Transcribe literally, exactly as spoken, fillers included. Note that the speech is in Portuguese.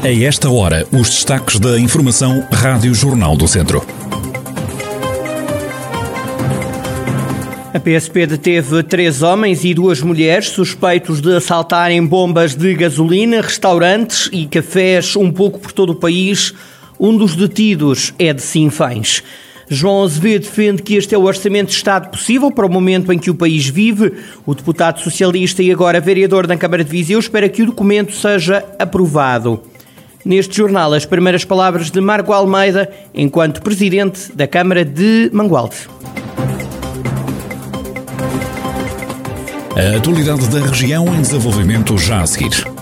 A esta hora, os destaques da Informação Rádio Jornal do Centro. A P S P deteve três homens e duas mulheres suspeitos de assaltarem bombas de gasolina, restaurantes e cafés um pouco por todo o país. Um dos detidos é de Sinfãs. João Azevedo defende que este é o orçamento de Estado possível para o momento em que o país vive. O deputado socialista e agora vereador da Câmara de Viseu espera que o documento seja aprovado. Neste jornal, as primeiras palavras de Marco Almeida, enquanto presidente da Câmara de Mangualde. A atualidade da região em desenvolvimento já a seguir.